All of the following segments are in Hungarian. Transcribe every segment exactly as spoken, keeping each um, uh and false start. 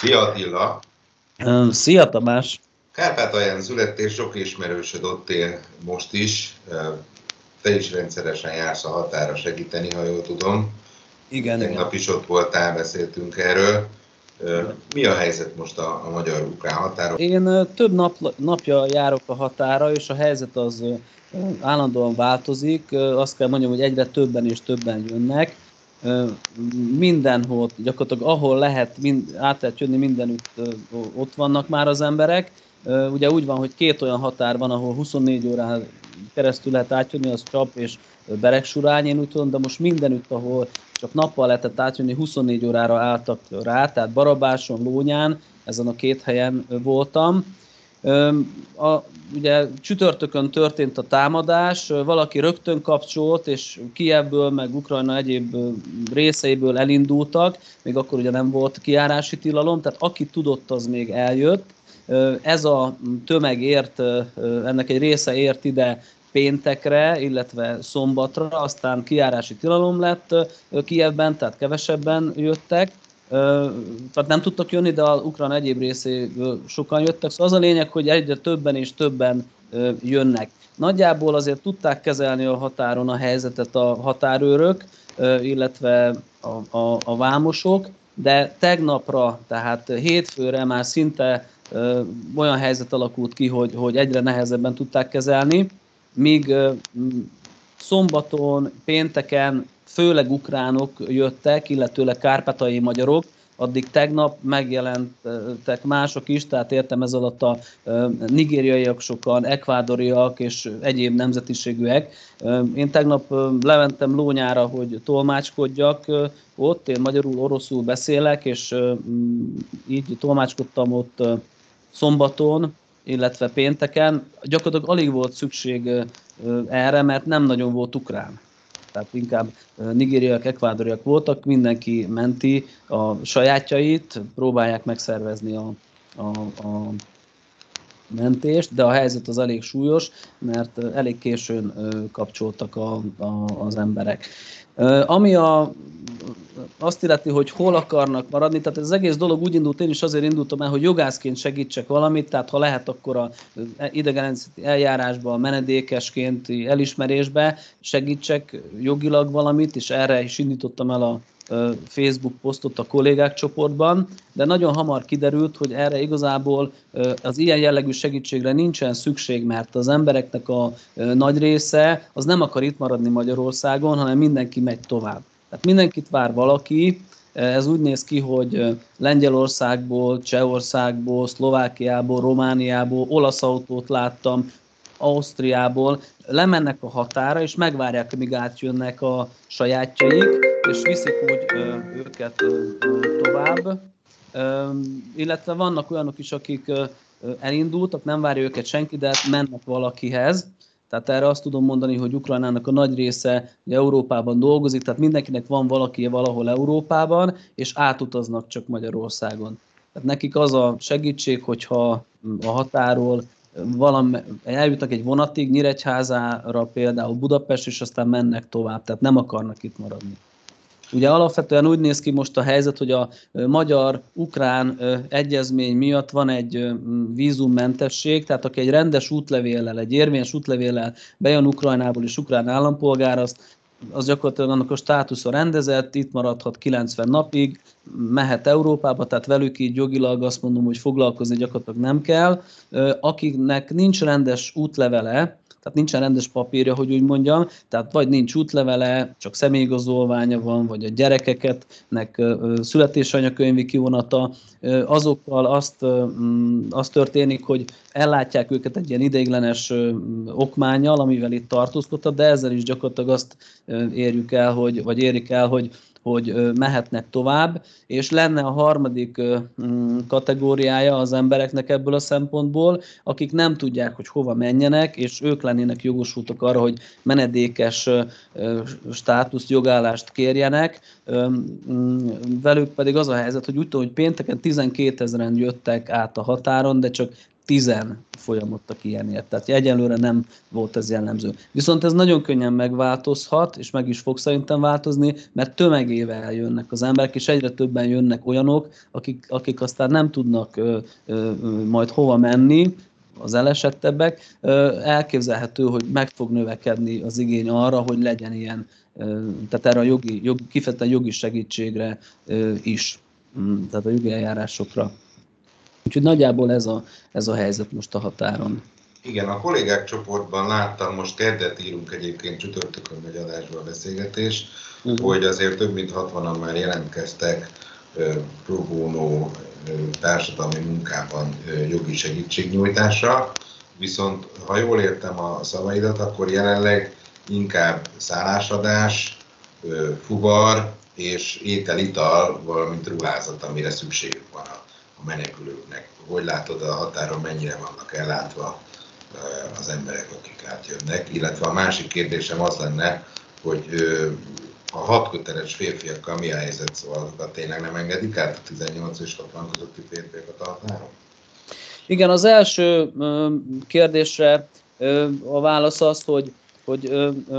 Szia Attila! Szia Tamás! Kárpátalján születtél, sok ismerősöd ott él most is. Te is rendszeresen jársz a határa segíteni, ha jól tudom. Igen, Tegnap igen. is ott voltál, beszéltünk erről. Igen. Mi a helyzet most a, a magyar-ukrán határon? Én ö, több nap, napja járok a határa, és a helyzet az ö, állandóan változik. Ö, Azt kell mondjam, hogy egyre többen és többen jönnek. Ö, Mindenhol, gyakorlatilag ahol lehet, mind, át lehet jönni, mindenütt ö, ott vannak már az emberek. Ö, Ugye úgy van, hogy két olyan határ van, ahol huszonnégy órán keresztül lehet átjönni, az Csap és Beregsurány, én úgy tudom, de most mindenütt, ahol csak nappal lehetett átjönni, huszonnégy órára álltak rá, tehát Barabáson, Lónyán, ezen a két helyen voltam. A, ugye csütörtökön történt a támadás, valaki rögtön kapcsolt, és Kijevből, meg Ukrajna egyéb részeiből elindultak, még akkor ugye nem volt kijárási tilalom, tehát aki tudott, az még eljött. Ez a tömeg ért, ennek egy része ért ide péntekre, illetve szombatra, aztán kijárási tilalom lett Kijevben, tehát kevesebben jöttek. Tehát nem tudtak jönni, de az ukrán egyéb részéből sokan jöttek. Szóval az a lényeg, hogy egyre többen és többen jönnek. Nagyjából azért tudták kezelni a határon a helyzetet a határőrök, illetve a, a, a vámosok, de tegnapra, tehát hétfőre már szinte olyan helyzet alakult ki, hogy, hogy egyre nehezebben tudták kezelni, míg szombaton, pénteken főleg ukránok jöttek, illetőleg kárpátaljai magyarok, addig tegnap megjelentek mások is, tehát értem ez alatt a nigériaiak sokan, ekvádoriak és egyéb nemzetiségűek. Én tegnap lementem Lónyára, hogy tolmácskodjak ott, én magyarul, oroszul beszélek, és így tolmácskodtam ott szombaton, illetve pénteken. Gyakorlatilag alig volt szükség erre, mert nem nagyon volt ukrán. Tehát inkább nigériaiak, ekvádoriak voltak, mindenki menti a sajátjait, próbálják megszervezni a, a, a mentést, de a helyzet az elég súlyos, mert elég későn kapcsoltak a, a, az emberek. Ami a, azt illeti, hogy hol akarnak maradni, tehát ez az egész dolog úgy indult, én is azért indultam el, hogy jogászként segítsek valamit, tehát ha lehet, akkor a idegenrendszer eljárásban, menedékesként elismerésbe segítsek jogilag valamit, és erre is indítottam el a Facebook posztot a kollégák csoportban, de nagyon hamar kiderült, hogy erre igazából az ilyen jellegű segítségre nincsen szükség, mert az embereknek a nagy része az nem akar itt maradni Magyarországon, hanem mindenki megy tovább. Tehát mindenkit vár valaki, ez úgy néz ki, hogy Lengyelországból, Csehországból, Szlovákiából, Romániából, olasz autót láttam, Ausztriából, lemennek a határa, és megvárják, amíg átjönnek a sajátjaik, és viszik úgy ö, őket ö, tovább. Ö, illetve vannak olyanok is, akik ö, elindultak, nem várja őket senki, de mennek valakihez. Tehát erre azt tudom mondani, hogy Ukrajnának a nagy része Európában dolgozik, tehát mindenkinek van valaki valahol Európában, és átutaznak csak Magyarországon. Tehát nekik az a segítség, hogyha a határól valami, eljutnak egy vonatig, Nyíregyházára például Budapest, és aztán mennek tovább, tehát nem akarnak itt maradni. Ugye alapvetően úgy néz ki most a helyzet, hogy a magyar-ukrán egyezmény miatt van egy vízummentesség, tehát aki egy rendes útlevéllel, egy érvényes útlevéllel bejön Ukrajnából és ukrán állampolgár, azt az gyakorlatilag annak a státusza rendezett, itt maradhat kilencven napig, mehet Európába, tehát velük így jogilag azt mondom, hogy foglalkozni gyakorlatilag nem kell. Akiknek nincs rendes útlevele, tehát nincsen rendes papírja, hogy úgy mondjam, tehát vagy nincs útlevele, csak személyigazolványa van, vagy a gyerekeknek születésanyakönyvi kivonata, azokkal azt, azt történik, hogy ellátják őket egy ilyen ideiglenes okmánnyal, amivel itt tartózkodtak, de ezzel is gyakorlatilag azt érjük el, hogy, vagy érik el, hogy hogy mehetnek tovább, és lenne a harmadik kategóriája az embereknek ebből a szempontból, akik nem tudják, hogy hova menjenek, és ők lennének jogosultak arra, hogy menedékes státuszt, jogállást kérjenek. Velük pedig az a helyzet, hogy úgy tudom, hogy pénteken tizenkétezren jöttek át a határon, de csak tizen folyamodtak ilyenért. Tehát egyelőre nem volt ez jellemző. Viszont ez nagyon könnyen megváltozhat, és meg is fog szerintem változni, mert tömegével jönnek az emberek, és egyre többen jönnek olyanok, akik, akik aztán nem tudnak ö, ö, majd hova menni, az elesettebbek. Elképzelhető, hogy meg fog növekedni az igény arra, hogy legyen ilyen, tehát erre a jogi, jogi, kifejezetten jogi segítségre is, tehát a jogi eljárásokra. Úgyhogy nagyjából ez a, ez a helyzet most a határon. Igen, a kollégák csoportban láttam, most keddet írunk egyébként, csütörtökön megy adásba a beszélgetés, uh-huh. hogy azért több mint hatvanan már jelentkeztek pro bono társadalmi munkában jogi segítségnyújtásra, viszont ha jól értem a szavaidat, akkor jelenleg inkább szállásadás, fuvar és étel-ital, valamint ruházat, amire szükségük van a, a menekülőknek. Hogy látod a határon, mennyire vannak ellátva az emberek, akik átjönnek? Illetve a másik kérdésem az lenne, hogy a hat köteles férfiakkal mi a helyzet, szóval azokat tényleg nem engedik át a tizennyolc és hatvan közötti férfiakat a határon? Igen, az első kérdésre a válasz az, hogy, hogy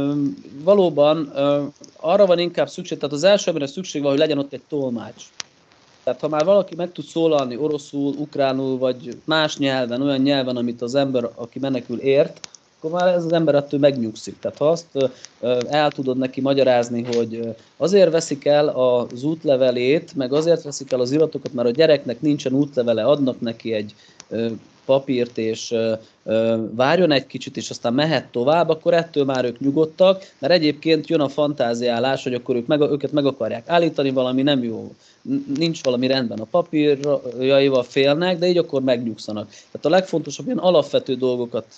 valóban arra van inkább szükség, tehát az első, amire szükség van, hogy legyen ott egy tolmács. Tehát ha már valaki meg tud szólalni oroszul, ukránul, vagy más nyelven, olyan nyelven, amit az ember, aki menekül, ért, akkor már ez az ember attól megnyugszik. Tehát ha azt el tudod neki magyarázni, hogy azért veszik el az útlevelét, meg azért veszik el az iratokat, mert a gyereknek nincsen útlevele, adnak neki egy papírt, és várjon egy kicsit, és aztán mehet tovább, akkor ettől már ők nyugodtak, mert egyébként jön a fantáziálás, hogy akkor ők meg, őket meg akarják állítani, valami nem jó, nincs valami rendben a papírjaival, félnek, de így akkor megnyugszanak. Tehát a legfontosabb ilyen alapvető dolgokat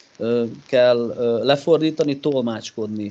kell lefordítani, tolmácskodni.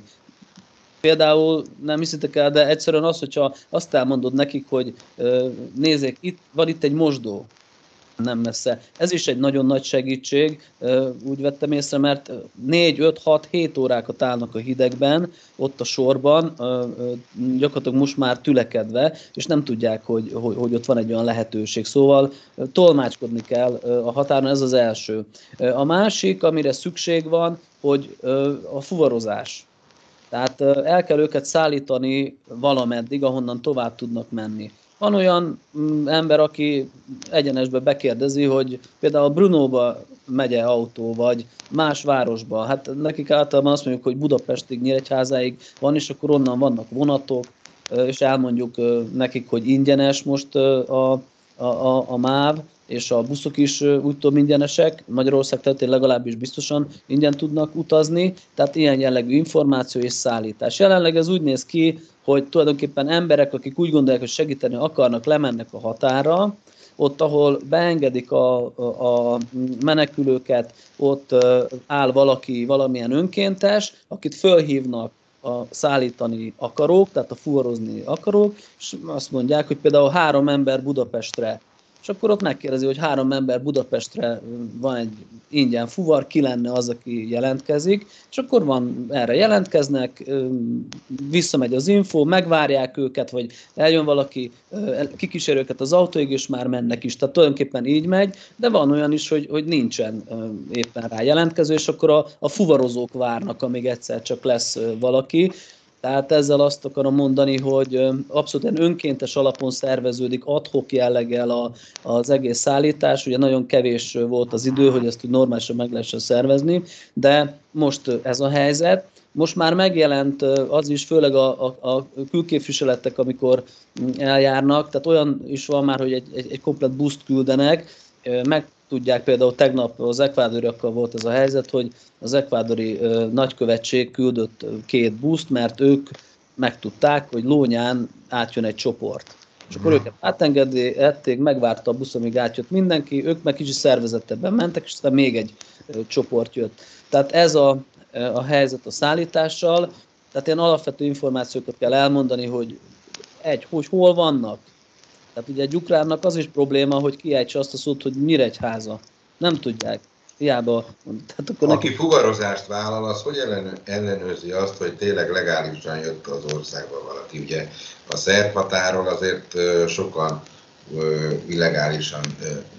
Például nem hiszitek el, de egyszerűen az, hogyha azt elmondod nekik, hogy nézzék, itt van itt egy mosdó, nem messze. Ez is egy nagyon nagy segítség, úgy vettem észre, mert négy, öt, hat, hét órákat állnak a hidegben, ott a sorban, gyakorlatilag most már tülekedve, és nem tudják, hogy, hogy, hogy ott van egy olyan lehetőség. Szóval tolmácskodni kell a határon, ez az első. A másik, amire szükség van, hogy a fuvarozás. Tehát el kell őket szállítani valameddig, ahonnan tovább tudnak menni. Van olyan ember, aki egyenesbe bekérdezi, hogy például Brunóba megye autó, vagy más városba. Hát nekik általában azt mondjuk, hogy Budapestig, Nyíregyházáig van, és akkor onnan vannak vonatok, és elmondjuk nekik, hogy ingyenes most a, a, a, a MÁV, és a buszok is úgy tudom ingyenesek, Magyarország területén legalábbis biztosan ingyen tudnak utazni, tehát ilyen jellegű információ és szállítás. Jelenleg ez úgy néz ki, hogy tulajdonképpen emberek, akik úgy gondolják, hogy segíteni akarnak, lemennek a határra, ott, ahol beengedik a, a, a menekülőket, ott áll valaki, valamilyen önkéntes, akit fölhívnak a szállítani akarók, tehát a fuvarozni akarók, és azt mondják, hogy például három ember Budapestre. És akkor ott megkérdezi, hogy három ember Budapestre van egy ingyen fuvar, ki lenne az, aki jelentkezik, és akkor van, erre jelentkeznek, visszamegy az info, megvárják őket, vagy eljön valaki, kikísér őket az autóig, és már mennek is. Tehát tulajdonképpen így megy, de van olyan is, hogy, hogy nincsen éppen rá jelentkező, és akkor a, a fuvarozók várnak, amíg egyszer csak lesz valaki. Tehát ezzel azt akarom mondani, hogy abszolút önkéntes alapon szerveződik ad hoc jelleggel a, az egész szállítás. Ugye nagyon kevés volt az idő, hogy ezt normálisan meg lehessen szervezni, de most ez a helyzet. Most már megjelent az is, főleg a, a, a külképviseletek, amikor eljárnak, tehát olyan is van már, hogy egy, egy, egy komplet buszt küldenek, meg tudják, például tegnap az ekvádoriakkal volt ez a helyzet, hogy az ekvádori ö, nagykövetség küldött két buszt, mert ők megtudták, hogy Lónyán átjön egy csoport. És akkor őket átengedték, megvárta a busz, amíg átjött mindenki, ők meg kicsit szervezettebben mentek, és aztán még egy ö, csoport jött. Tehát ez a, a helyzet a szállítással, tehát ilyen alapvető információkat kell elmondani, hogy egy, hogy hol vannak. Tehát ugye egy ukránnak az is probléma, hogy kiejtse azt a szót, hogy Nyíregyháza. Nem tudják. Hiába. Tehát akkor Aki neki... fuvarozást vállal, az hogy ellenőrzi azt, hogy tényleg legálisan jött az országba valaki? Ugye a szerb határon azért sokan illegálisan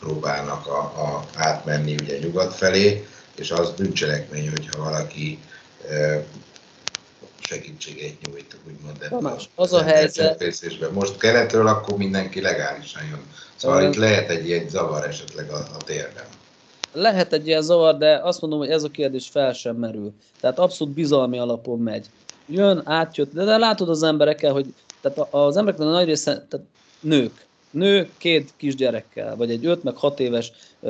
próbálnak a, a, átmenni ugye nyugat felé, és az bűncselekmény, hogyha valaki e, segítséget nyújt, úgymond ebben Tamás, az az a helyzet, embercsempészésben. Most keletről akkor mindenki legálisan jön. Szóval ö, itt lehet egy ilyen zavar esetleg a, a térben. lehet egy ilyen zavar, de azt mondom, hogy ez a kérdés fel sem merül. Tehát abszolút bizalmi alapon megy. Jön, átjött, de, de látod az emberekkel, hogy tehát az embereknek a nagy része, tehát nők. Nő két kisgyerekkel, vagy egy öt meg hat éves,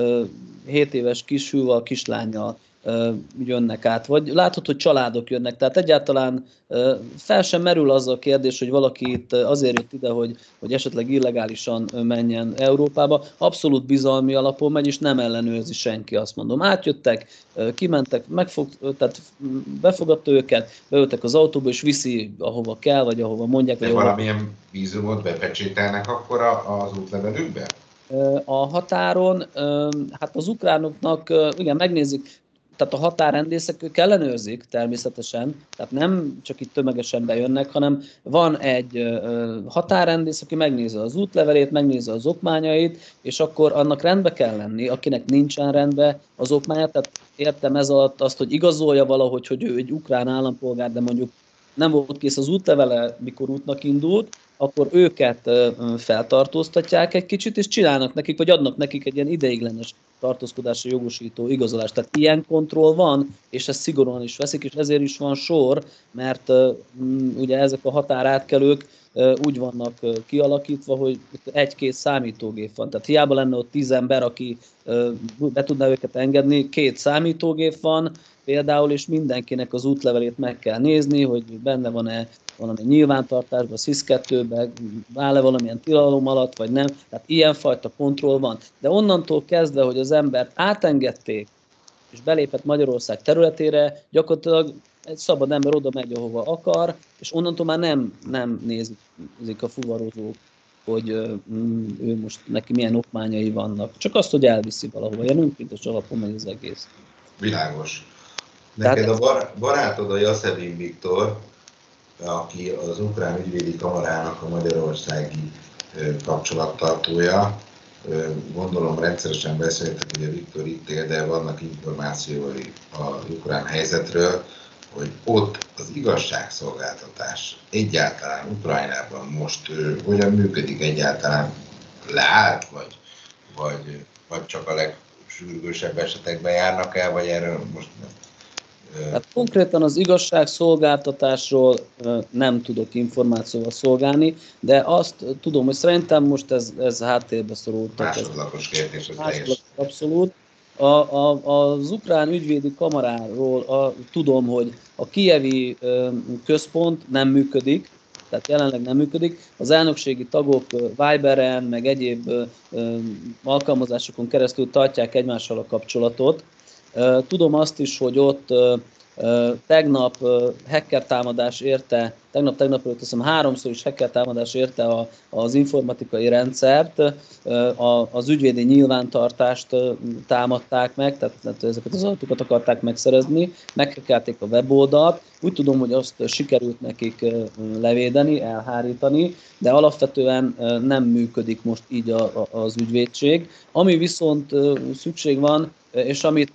hét éves kisfiúval, kislánnyal jönnek át. Vagy látod, hogy családok jönnek. Tehát egyáltalán fel sem merül az a kérdés, hogy valaki itt azért jött ide, hogy, hogy esetleg illegálisan menjen Európába. Abszolút bizalmi alapon megy, és nem ellenőrzi senki, azt mondom. Átjöttek, kimentek, megfog, tehát befogadta őket, beültek az autóba, és viszi, ahova kell, vagy ahova mondják. De vagy valamilyen ahova... vízumot bepecsételnek akkor az útlevelükbe? A határon, hát az ukránoknak, igen, megnézik, tehát a határrendészek ők ellenőrzik természetesen, tehát nem csak itt tömegesen bejönnek, hanem van egy határrendész, aki megnézi az útlevelét, megnézi az okmányait, és akkor annak rendbe kell lenni, akinek nincsen rendbe az okmánya, tehát értem ez alatt azt, hogy igazolja valahogy, hogy ő egy ukrán állampolgár, de mondjuk nem volt kész az útlevele, mikor útnak indult, akkor őket feltartóztatják egy kicsit, és csinálnak nekik, vagy adnak nekik egy ilyen ideiglenes tartózkodásra jogosító igazolást. Tehát ilyen kontroll van, és ezt szigorúan is veszik, és ezért is van sor, mert uh, ugye ezek a határátkelők uh, úgy vannak uh, kialakítva, hogy egy-két számítógép van. Tehát hiába lenne ott tíz ember, aki uh, be tudná őket engedni, két számítógép van például, és mindenkinek az útlevelét meg kell nézni, hogy benne van-e valami nyilvántartásban, SZISZ kettőben, áll-e valamilyen tilalom alatt, vagy nem. Tehát ilyenfajta kontroll van. De onnantól kezdve, hogy az embert átengedték, és belépett Magyarország területére, gyakorlatilag egy szabad ember oda megy, ahova akar, és onnantól már nem, nem nézik a fuvarozók, hogy ő most neki milyen okmányai vannak. Csak azt, hogy elviszi valahova. Ilyen önkéntes alapon megy az egész. Világos. Neked Tehát, a bar- barátod a Jaszevin Viktor, aki az ukrán ügyvédi kamarának a magyarországi kapcsolattartója. Gondolom rendszeresen beszéltek, hogy a Viktor itt él, de vannak információi az ukrán helyzetről, hogy ott az igazságszolgáltatás egyáltalán Ukrajnában most hogyan működik, egyáltalán leállt, vagy, vagy, vagy csak a legsürgősebb esetekben járnak el, vagy erről most nem? Tehát konkrétan az igazságszolgáltatásról nem tudok információval szolgálni, de azt tudom, hogy szerintem most ez, ez háttérbe szorult. Másodlagos kérdés, az teljes. Abszolút. A, a, az ukrán ügyvédi kamaráról a, tudom, hogy a kijevi ö, központ nem működik, tehát jelenleg nem működik. Az elnökségi tagok Viberen, meg egyéb ö, ö, alkalmazásokon keresztül tartják egymással a kapcsolatot. Tudom azt is, hogy ott tegnap hacker támadás érte, tegnap tegnap előtt azt hiszem háromszor is hacker támadás érte a, az informatikai rendszert, a, az ügyvédi nyilvántartást támadták meg, tehát, tehát ezeket az adatokat akarták megszerezni, meghackelték a weboldalt. Úgy tudom, hogy azt sikerült nekik levédeni, elhárítani, de alapvetően nem működik most így a, a, az ügyvédség. Ami viszont szükség van, és amit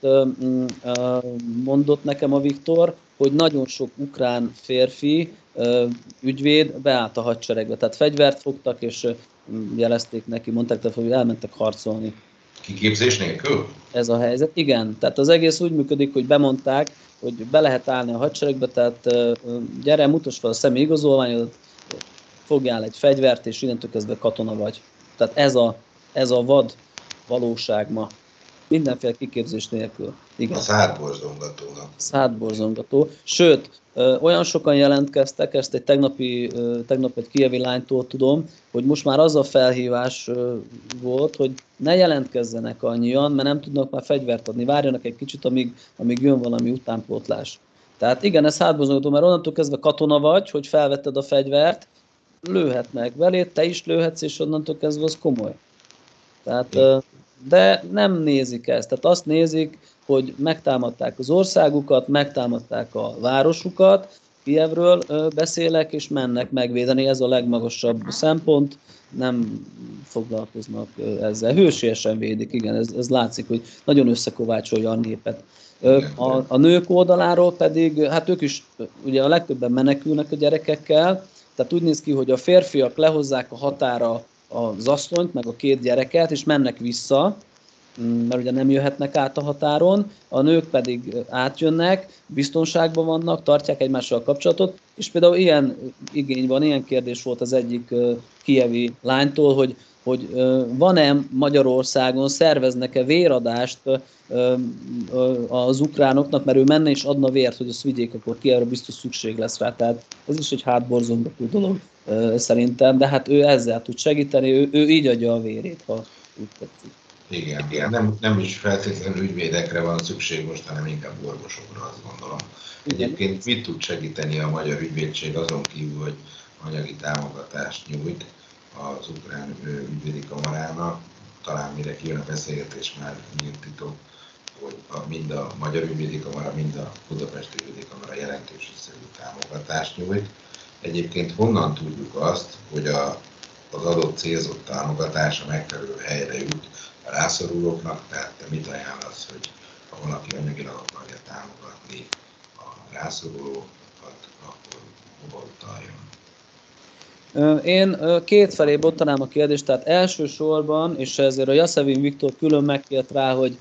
mondott nekem a Viktor, hogy nagyon sok ukrán férfi ügyvéd beállt a hadseregbe. Tehát fegyvert fogtak, és jelezték neki, mondták, hogy elmentek harcolni. Kiképzés nélkül? Ez a helyzet. Igen, tehát az egész úgy működik, hogy bemondták, hogy be lehet állni a hadseregbe, tehát gyere, mutasd fel a személyi igazolványodat, fogjál egy fegyvert, és innentől kezdve katona vagy. Tehát ez a, ez a vad valóság ma. Mindenféle kiképzés nélkül. Igen. A szádborzongatónak. Szádborzongató. Sőt, olyan sokan jelentkeztek, ezt egy tegnapi, tegnap egy kijevi lánytól tudom, hogy most már az a felhívás volt, hogy ne jelentkezzenek annyian, mert nem tudnak már fegyvert adni. Várjanak egy kicsit, amíg, amíg jön valami utánpótlás. Tehát igen, ez szádborzongató, mert onnantól kezdve katona vagy, hogy felvetted a fegyvert, lőhetnek veled, te is lőhetsz, és onnantól kezdve az komoly. Tehát... Igen. De nem nézik ezt. Tehát azt nézik, hogy megtámadták az országukat, megtámadták a városukat, Kijevről beszélek, és mennek megvédeni, ez a legmagasabb szempont, nem foglalkoznak ezzel. Hősiesen védik, igen, ez, ez látszik, hogy nagyon összekovácsolja a népet. A, a nők oldaláról pedig, hát ők is ugye a legtöbben menekülnek a gyerekekkel, tehát úgy néz ki, hogy a férfiak lehozzák a határa az asszonyt, meg a két gyereket, és mennek vissza, mert ugye nem jöhetnek át a határon, a nők pedig átjönnek, biztonságban vannak, tartják egymással a kapcsolatot, és például ilyen igény van, ilyen kérdés volt az egyik kijevi lánytól, hogy, hogy van-e Magyarországon, szerveznek-e véradást az ukránoknak, mert ő menne és adna vért, hogy azt vigyék, akkor Kijevre biztos szükség lesz rá. Tehát ez is egy hátborzongató dolog szerintem, de hát ő ezzel tud segíteni, ő, ő így adja a vérét, ha úgy tetszik. Igen, igen. Nem, nem is feltétlenül ügyvédekre van szükség most, hanem inkább orvosokra, azt gondolom. Egyébként mit tud segíteni a magyar ügyvédség azon kívül, hogy anyagi támogatást nyújt az ukrán ügyvédi kamarának? Talán mire kijön a beszélgetés, már nyílt titok, hogy a, mind a Magyar Ügyvédi Kamara, mind a Budapesti Ügyvédi Kamara jelentős összegű támogatást nyújt. Egyébként honnan tudjuk azt, hogy a, az adott célzott támogatása megfelelő helyre jut a rászorulóknak, tehát te mit ajánlasz, hogy ha valaki anyagilag akarja támogatni a rászorulókat, akkor hova utaljon? Én kétfelé bottanám a kérdést, tehát elsősorban, és ezért a Jaszevin Viktor külön megkért rá, hogy,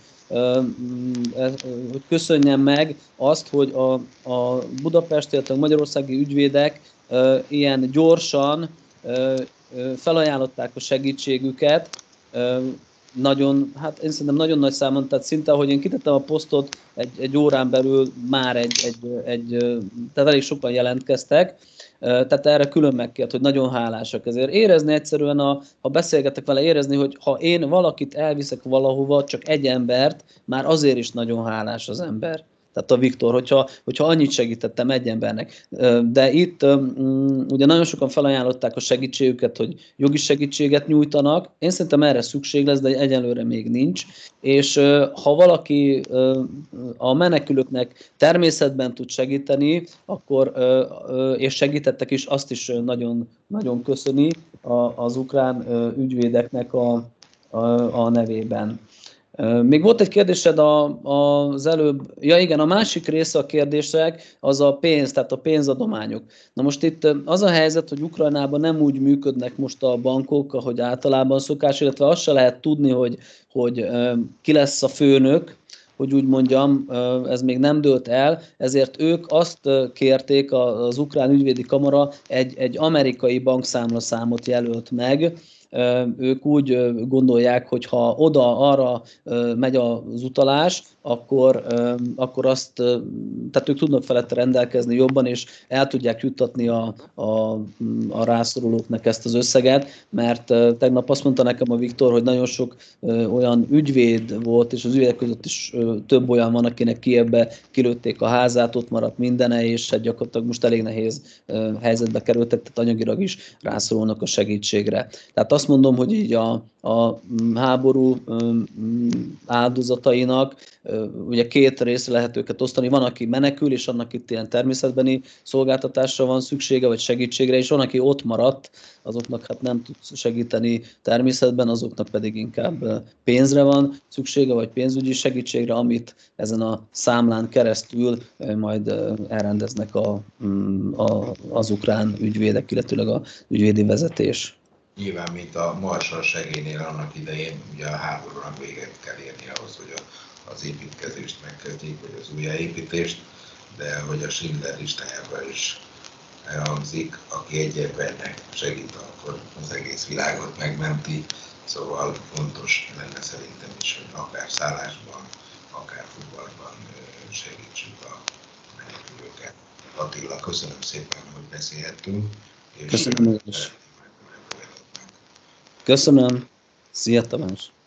hogy köszönjem meg azt, hogy a, a budapesti, illetve a magyarországi ügyvédek ilyen gyorsan felajánlották a segítségüket, nagyon, hát én szerintem nagyon nagy számon, tehát szinte, ahogy én kitettem a posztot, egy, egy órán belül már egy, egy, egy, tehát elég sokan jelentkeztek, tehát erre külön megkért, hogy nagyon hálásak ezért. Érezni egyszerűen, a, ha beszélgetek vele, érezni, hogy ha én valakit elviszek valahova, csak egy embert, már azért is nagyon hálás az ember. Tehát a Viktor, hogyha, hogyha annyit segítettem egy embernek. De itt ugye nagyon sokan felajánlották a segítségüket, hogy jogi segítséget nyújtanak. Én szerintem erre szükség lesz, de egyelőre még nincs. És ha valaki a menekülőknek természetben tud segíteni, akkor, és segítettek is, azt is nagyon, nagyon köszöni az ukrán ügyvédeknek a, a, a nevében. Még volt egy kérdésed a, az előbb, ja igen, a másik része a kérdések az a pénz, tehát a pénzadományok. Na most itt az a helyzet, hogy Ukrajnában nem úgy működnek most a bankok, ahogy általában szokás, illetve azt se lehet tudni, hogy, hogy ki lesz a főnök, hogy úgy mondjam, ez még nem dőlt el, ezért ők azt kérték, az ukrán ügyvédi kamara egy, egy amerikai bankszámlaszámot jelölt meg. Ők úgy gondolják, hogy ha oda-arra megy az utalás, akkor, akkor azt, tehát ők tudnak felette rendelkezni jobban, és el tudják juttatni a, a, a rászorulóknak ezt az összeget, mert tegnap azt mondta nekem a Viktor, hogy nagyon sok olyan ügyvéd volt, és az ügyvédek között is több olyan van, akinek Kijevbe kilőtték a házát, ott maradt mindene, és hát gyakorlatilag most elég nehéz helyzetbe kerültek, tehát anyagilag is rászorulnak a segítségre. Tehát azt mondom, hogy így a, a háború áldozatainak ugye két részre lehet őket osztani. Van, aki menekül, és annak itt ilyen természetbeni szolgáltatásra van szüksége, vagy segítségre, és van, aki ott maradt, azoknak hát nem tud segíteni természetben, azoknak pedig inkább pénzre van szüksége, vagy pénzügyi segítségre, amit ezen a számlán keresztül majd elrendeznek a, a, az ukrán ügyvédek, illetőleg a ügyvédi vezetés. Nyilván, mint a Marshall segélynél annak idején, ugye a háborúnak véget kell érni ahhoz, hogy a, az építkezést megkezdjék, vagy az újjáépítést, de hogy a Schindler listájában is elhangzik, aki egy embernek segít, akkor az egész világot megmenti, szóval fontos lenne szerintem is, hogy akár szállásban, akár futballban segítsük a menekülőket. Attila, köszönöm szépen, hogy beszélhettünk. Köszönöm is. Köszönöm. Szia, Tamás!